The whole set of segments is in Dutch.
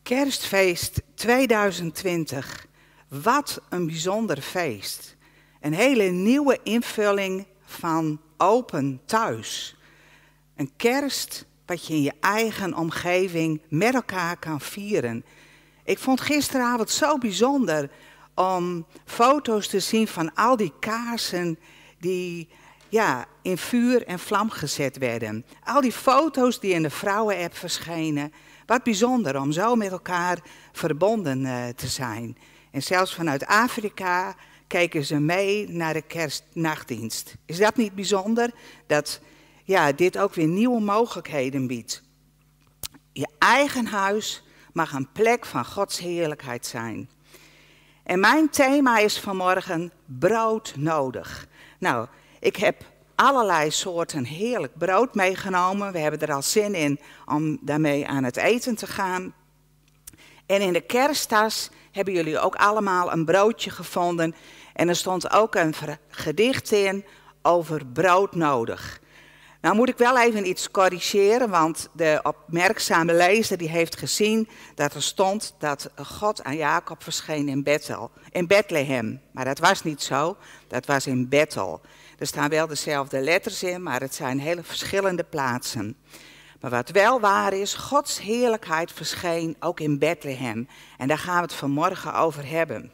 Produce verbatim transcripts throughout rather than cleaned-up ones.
Kerstfeest tweeduizend twintig. Wat een bijzonder feest. Een hele nieuwe invulling van open thuis. Een kerst wat je in je eigen omgeving met elkaar kan vieren. Ik vond gisteravond zo bijzonder om foto's te zien van al die kaarsen die ja, in vuur en vlam gezet werden. Al die foto's die in de vrouwenapp verschenen. Wat bijzonder om zo met elkaar verbonden uh, te zijn. En zelfs vanuit Afrika keken ze mee naar de kerstnachtdienst. Is dat niet bijzonder? Dat ja, dit ook weer nieuwe mogelijkheden biedt. Je eigen huis mag een plek van Gods heerlijkheid zijn. En mijn thema is vanmorgen brood nodig. Nou, ik heb allerlei soorten heerlijk brood meegenomen. We hebben er al zin in om daarmee aan het eten te gaan. En in de kersttas hebben jullie ook allemaal een broodje gevonden. En er stond ook een gedicht in over brood nodig. Nou moet ik wel even iets corrigeren, want de opmerkzame lezer die heeft gezien dat er stond dat God aan Jacob verscheen in Bethel, in Bethlehem. Maar dat was niet zo, dat was in Bethel. Er staan wel dezelfde letters in, maar het zijn hele verschillende plaatsen. Maar wat wel waar is, Gods heerlijkheid verscheen ook in Bethlehem. En daar gaan we het vanmorgen over hebben.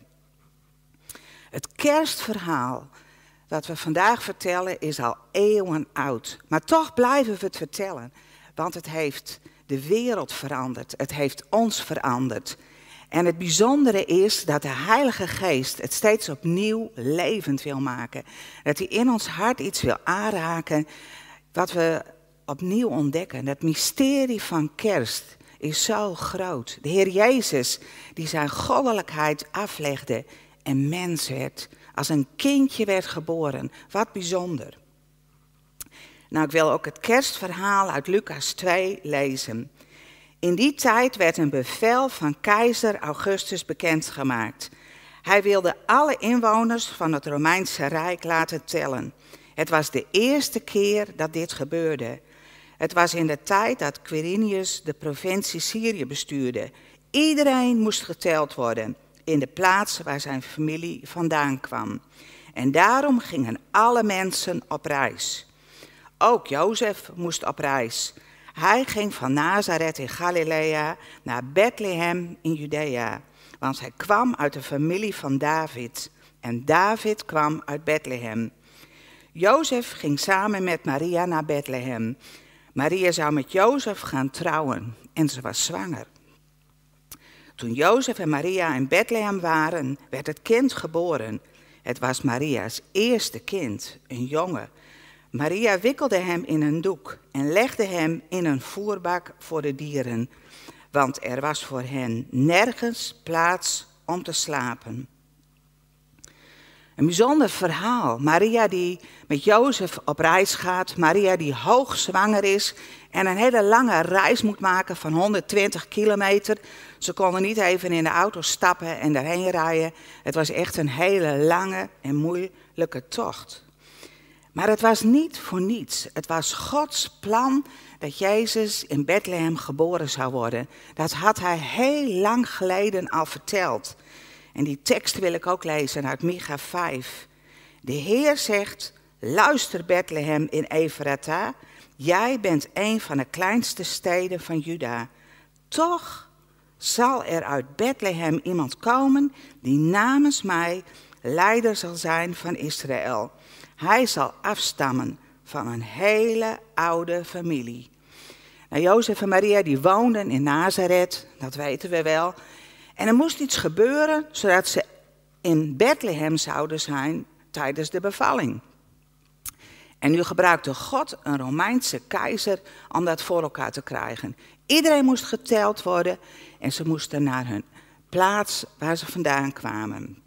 Het kerstverhaal wat we vandaag vertellen is al eeuwen oud. Maar toch blijven we het vertellen, want het heeft de wereld veranderd. Het heeft ons veranderd. En het bijzondere is dat de Heilige Geest het steeds opnieuw levend wil maken. Dat hij in ons hart iets wil aanraken wat we opnieuw ontdekken. Het mysterie van kerst is zo groot. De Heer Jezus die zijn goddelijkheid aflegde en mens werd. Als een kindje werd geboren. Wat bijzonder. Nou, ik wil ook het kerstverhaal uit Lucas twee lezen. In die tijd werd een bevel van keizer Augustus bekendgemaakt. Hij wilde alle inwoners van het Romeinse Rijk laten tellen. Het was de eerste keer dat dit gebeurde. Het was in de tijd dat Quirinius de provincie Syrië bestuurde. Iedereen moest geteld worden in de plaats waar zijn familie vandaan kwam. En daarom gingen alle mensen op reis. Ook Jozef moest op reis. Hij ging van Nazareth in Galilea naar Bethlehem in Judea, want hij kwam uit de familie van David. En David kwam uit Bethlehem. Jozef ging samen met Maria naar Bethlehem. Maria zou met Jozef gaan trouwen en ze was zwanger. Toen Jozef en Maria in Bethlehem waren, werd het kind geboren. Het was Maria's eerste kind, een jongen. Maria wikkelde hem in een doek en legde hem in een voerbak voor de dieren, want er was voor hen nergens plaats om te slapen. Een bijzonder verhaal. Maria die met Jozef op reis gaat, Maria die hoogzwanger is en een hele lange reis moet maken van honderdtwintig kilometer. Ze konden niet even in de auto stappen en daarheen rijden. Het was echt een hele lange en moeilijke tocht. Maar het was niet voor niets. Het was Gods plan dat Jezus in Bethlehem geboren zou worden. Dat had hij heel lang geleden al verteld. En die tekst wil ik ook lezen uit Micha vijf. De Heer zegt, luister Bethlehem in Efrata, jij bent een van de kleinste steden van Juda. Toch zal er uit Bethlehem iemand komen die namens mij leider zal zijn van Israël. Hij zal afstammen van een hele oude familie. Nou, Jozef en Maria die woonden in Nazareth, dat weten we wel. En er moest iets gebeuren zodat ze in Bethlehem zouden zijn tijdens de bevalling. En nu gebruikte God een Romeinse keizer om dat voor elkaar te krijgen. Iedereen moest geteld worden en ze moesten naar hun plaats waar ze vandaan kwamen.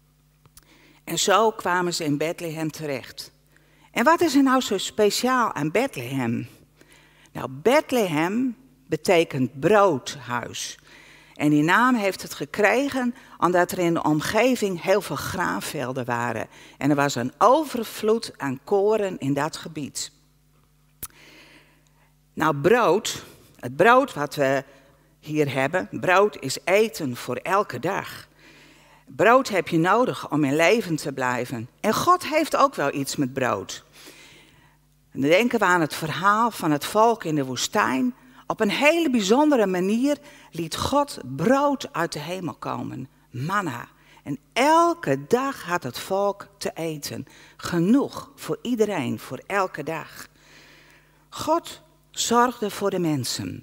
En zo kwamen ze in Bethlehem terecht. En wat is er nou zo speciaal aan Bethlehem? Nou, Bethlehem betekent broodhuis. En die naam heeft het gekregen omdat er in de omgeving heel veel graanvelden waren. En er was een overvloed aan koren in dat gebied. Nou, brood, het brood wat we hier hebben. Brood is eten voor elke dag. Brood heb je nodig om in leven te blijven. En God heeft ook wel iets met brood. En dan denken we aan het verhaal van het volk in de woestijn. Op een hele bijzondere manier liet God brood uit de hemel komen. Manna. En elke dag had het volk te eten. Genoeg voor iedereen, voor elke dag. God zorgde voor de mensen.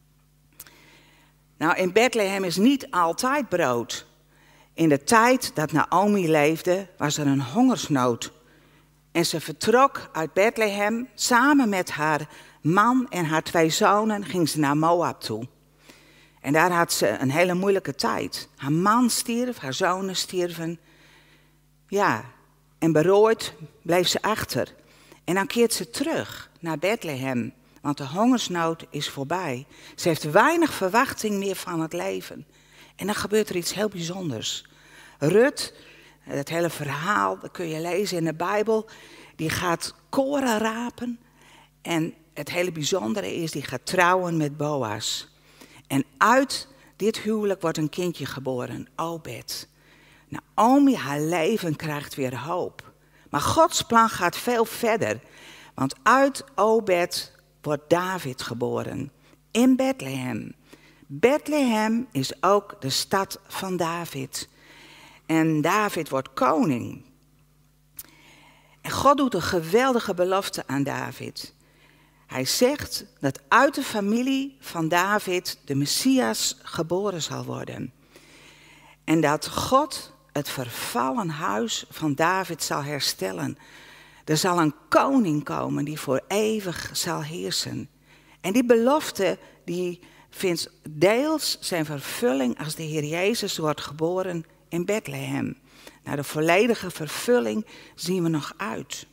Nou, in Bethlehem is niet altijd brood. In de tijd dat Naomi leefde, was er een hongersnood. En ze vertrok uit Bethlehem. Samen met haar man en haar twee zonen ging ze naar Moab toe. En daar had ze een hele moeilijke tijd. Haar man stierf, haar zonen stierven. Ja, en berooid bleef ze achter. En dan keert ze terug naar Bethlehem, want de hongersnood is voorbij. Ze heeft weinig verwachting meer van het leven. En dan gebeurt er iets heel bijzonders. Rut, het hele verhaal, dat kun je lezen in de Bijbel, die gaat koren rapen. En het hele bijzondere is, die gaat trouwen met Boas. En uit dit huwelijk wordt een kindje geboren, Obed. Naomi, haar leven krijgt weer hoop. Maar Gods plan gaat veel verder. Want uit Obed wordt David geboren. In Bethlehem. Bethlehem is ook de stad van David. En David wordt koning. En God doet een geweldige belofte aan David. Hij zegt dat uit de familie van David de Messias geboren zal worden. En dat God het vervallen huis van David zal herstellen. Er zal een koning komen die voor eeuwig zal heersen. En die belofte die vindt deels zijn vervulling als de Heer Jezus wordt geboren in Bethlehem. Naar de volledige vervulling zien we nog uit.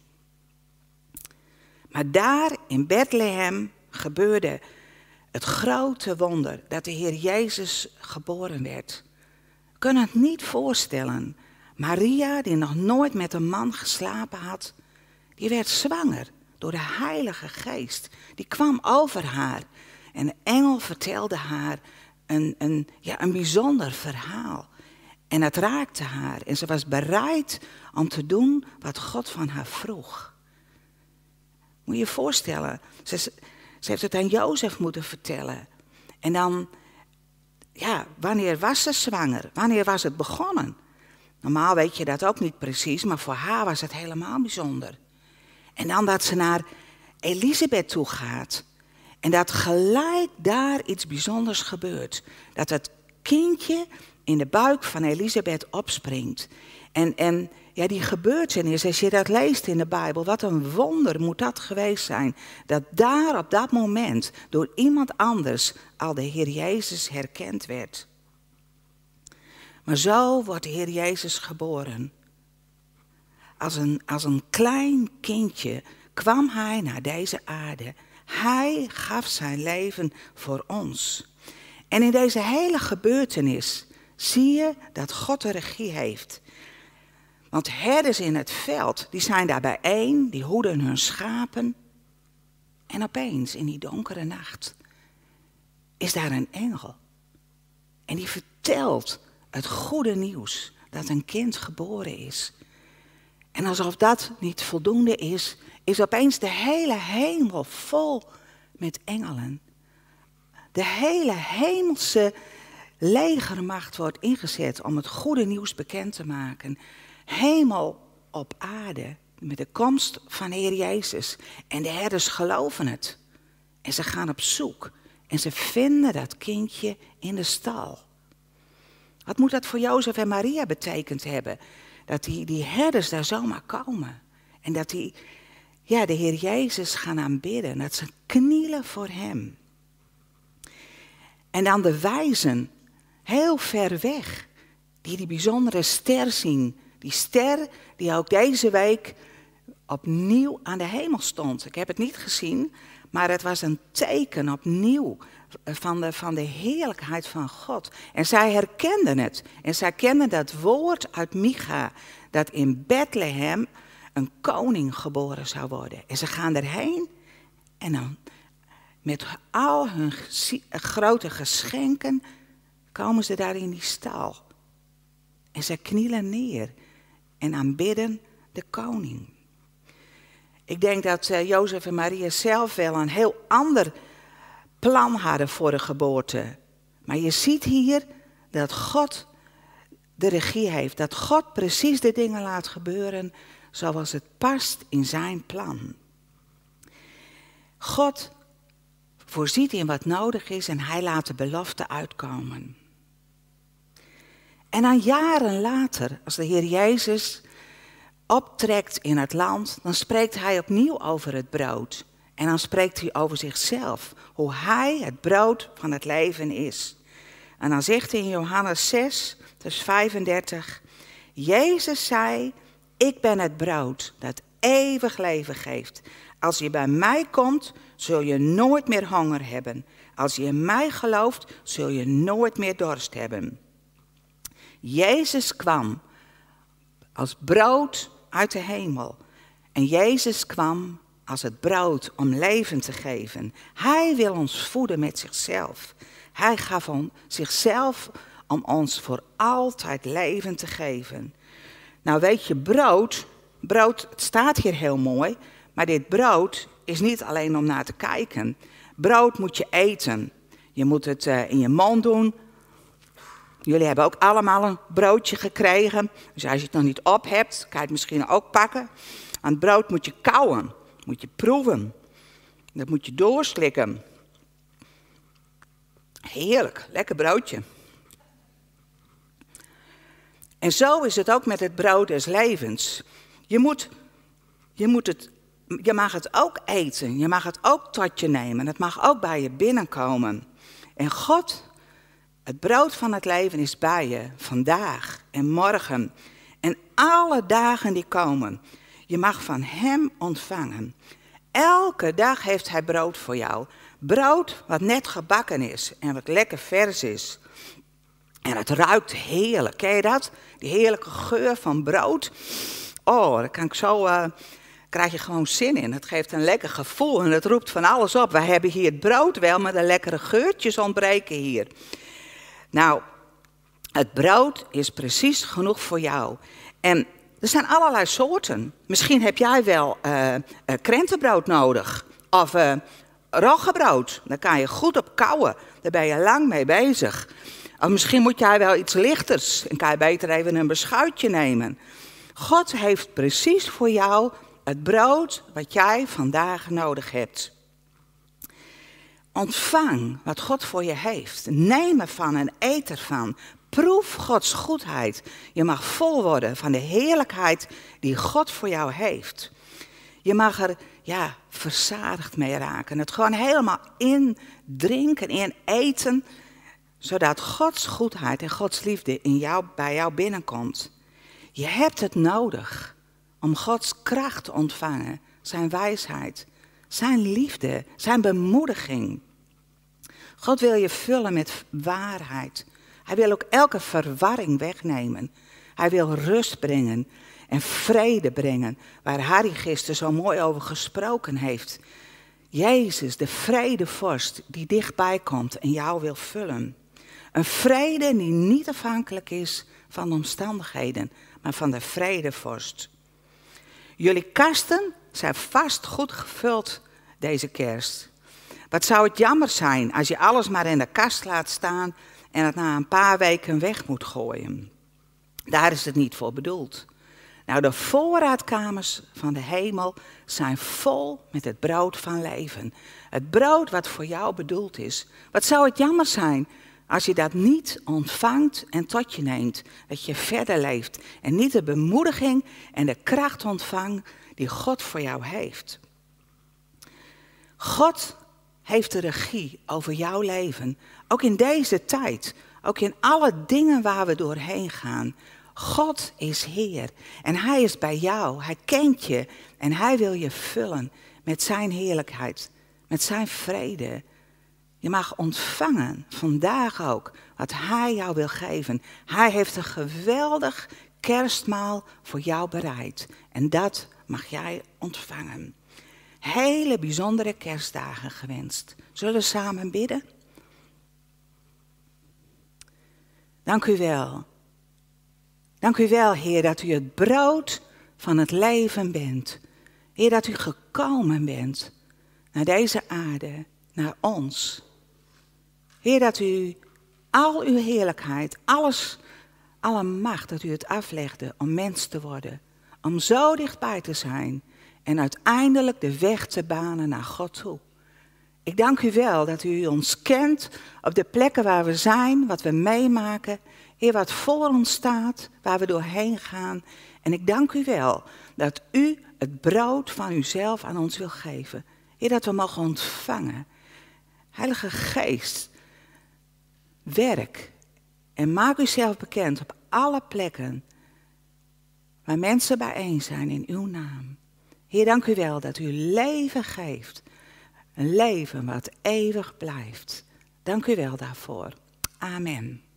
Maar daar in Bethlehem gebeurde het grote wonder dat de Heer Jezus geboren werd. We kunnen het niet voorstellen. Maria, die nog nooit met een man geslapen had, die werd zwanger door de Heilige Geest. Die kwam over haar en de engel vertelde haar een, een, ja, een bijzonder verhaal. En het raakte haar en ze was bereid om te doen wat God van haar vroeg. Moet je je voorstellen, ze, ze heeft het aan Jozef moeten vertellen. En dan, ja, wanneer was ze zwanger? Wanneer was het begonnen? Normaal weet je dat ook niet precies, maar voor haar was het helemaal bijzonder. En dan dat ze naar Elisabeth toe gaat. En dat gelijk daar iets bijzonders gebeurt. Dat het kindje in de buik van Elisabeth opspringt. En, en ja, die gebeurtenis, als je dat leest in de Bijbel, wat een wonder moet dat geweest zijn. Dat daar op dat moment door iemand anders al de Heer Jezus herkend werd. Maar zo wordt de Heer Jezus geboren. Als een, als een klein kindje kwam hij naar deze aarde. Hij gaf zijn leven voor ons. En in deze hele gebeurtenis zie je dat God de regie heeft. Want herders in het veld, die zijn daar bijeen, die hoeden hun schapen. En opeens, in die donkere nacht, is daar een engel. En die vertelt het goede nieuws dat een kind geboren is. En alsof dat niet voldoende is, is opeens de hele hemel vol met engelen. De hele hemelse legermacht wordt ingezet om het goede nieuws bekend te maken. Hemel op aarde met de komst van de Heer Jezus. En de herders geloven het. En ze gaan op zoek. En ze vinden dat kindje in de stal. Wat moet dat voor Jozef en Maria betekend hebben? Dat die, die herders daar zomaar komen. En dat die ja, de Heer Jezus gaan aanbidden. Dat ze knielen voor hem. En dan de wijzen, heel ver weg, die die bijzondere ster zien. Die ster die ook deze week opnieuw aan de hemel stond. Ik heb het niet gezien, maar het was een teken opnieuw van de, van de heerlijkheid van God. En zij herkenden het. En zij kenden dat woord uit Micha, dat in Bethlehem een koning geboren zou worden. En ze gaan erheen en dan, Met al hun grote geschenken komen ze daar in die stal. En ze knielen neer en aanbidden de koning. Ik denk dat uh, Jozef en Maria zelf wel een heel ander plan hadden voor de geboorte. Maar je ziet hier dat God de regie heeft. Dat God precies de dingen laat gebeuren zoals het past in zijn plan. God voorziet in wat nodig is en hij laat de belofte uitkomen. En dan jaren later, als de Heer Jezus optrekt in het land, dan spreekt hij opnieuw over het brood. En dan spreekt hij over zichzelf, hoe hij het brood van het leven is. En dan zegt hij in Johannes zes, vers vijfendertig, Jezus zei, ik ben het brood dat eeuwig leven geeft. Als je bij mij komt, zul je nooit meer honger hebben. Als je in mij gelooft, zul je nooit meer dorst hebben. Jezus kwam als brood uit de hemel. En Jezus kwam als het brood om leven te geven. Hij wil ons voeden met zichzelf. Hij gaf om zichzelf om ons voor altijd leven te geven. Nou weet je, brood, brood, het staat hier heel mooi, maar dit brood is niet alleen om naar te kijken. Brood moet je eten. Je moet het uh, in je mond doen. Jullie hebben ook allemaal een broodje gekregen. Dus als je het nog niet op hebt, kan je het misschien ook pakken. Aan het brood moet je kauwen, moet je proeven. Dat moet je doorslikken. Heerlijk, lekker broodje. En zo is het ook met het brood des levens. Je moet, je moet het, je mag het ook eten, je mag het ook tot je nemen. Het mag ook bij je binnenkomen. En God, het brood van het leven is bij je, vandaag en morgen. En alle dagen die komen. Je mag van hem ontvangen. Elke dag heeft hij brood voor jou. Brood wat net gebakken is en wat lekker vers is. En het ruikt heerlijk, ken je dat? Die heerlijke geur van brood. Oh, daar kan ik zo, uh, krijg je gewoon zin in. Het geeft een lekker gevoel en het roept van alles op. Wij hebben hier het brood wel, maar de lekkere geurtjes ontbreken hier. Nou, het brood is precies genoeg voor jou. En er zijn allerlei soorten. Misschien heb jij wel uh, uh, krentenbrood nodig. Of uh, roggebrood. Daar kan je goed op kauwen. Daar ben je lang mee bezig. Of misschien moet jij wel iets lichters. En kan je beter even een beschuitje nemen. God heeft precies voor jou het brood wat jij vandaag nodig hebt. Ontvang wat God voor je heeft. Neem ervan en eet ervan. Proef Gods goedheid. Je mag vol worden van de heerlijkheid die God voor jou heeft. Je mag er ja, verzadigd mee raken. Het gewoon helemaal indrinken, in eten. Zodat Gods goedheid en Gods liefde in jou, bij jou binnenkomt. Je hebt het nodig om Gods kracht te ontvangen. Zijn wijsheid, zijn liefde, zijn bemoediging. God wil je vullen met waarheid. Hij wil ook elke verwarring wegnemen. Hij wil rust brengen en vrede brengen, waar Harry gisteren zo mooi over gesproken heeft. Jezus, de vredevorst die dichtbij komt en jou wil vullen. Een vrede die niet afhankelijk is van de omstandigheden, maar van de vredevorst. Jullie kasten zijn vast goed gevuld deze kerst. Wat zou het jammer zijn als je alles maar in de kast laat staan en het na een paar weken weg moet gooien. Daar is het niet voor bedoeld. Nou, de voorraadkamers van de hemel zijn vol met het brood van leven. Het brood wat voor jou bedoeld is. Wat zou het jammer zijn als je dat niet ontvangt en tot je neemt. Dat je verder leeft en niet de bemoediging en de kracht ontvangt die God voor jou heeft. God heeft de regie over jouw leven. Ook in deze tijd. Ook in alle dingen waar we doorheen gaan. God is Heer. En Hij is bij jou. Hij kent je. En Hij wil je vullen met zijn heerlijkheid. Met zijn vrede. Je mag ontvangen, vandaag ook, wat Hij jou wil geven. Hij heeft een geweldig kerstmaal voor jou bereid. En dat mag jij ontvangen. hele bijzondere kerstdagen gewenst. Zullen we samen bidden? Dank u wel. Dank u wel, Heer, dat u het brood van het leven bent. Heer, dat u gekomen bent naar deze aarde, naar ons. Heer, dat u al uw heerlijkheid, alles, alle macht, dat u het aflegde om mens te worden. Om zo dichtbij te zijn en uiteindelijk de weg te banen naar God toe. Ik dank u wel dat u ons kent op de plekken waar we zijn, wat we meemaken. Heer, wat voor ons staat, waar we doorheen gaan. En ik dank u wel dat u het brood van uzelf aan ons wil geven. Heer, dat we mogen ontvangen. Heilige Geest, werk en maak uzelf bekend op alle plekken waar mensen bijeen zijn in uw naam. Heer, dank u wel dat u leven geeft. Een leven wat eeuwig blijft. Dank u wel daarvoor. Amen.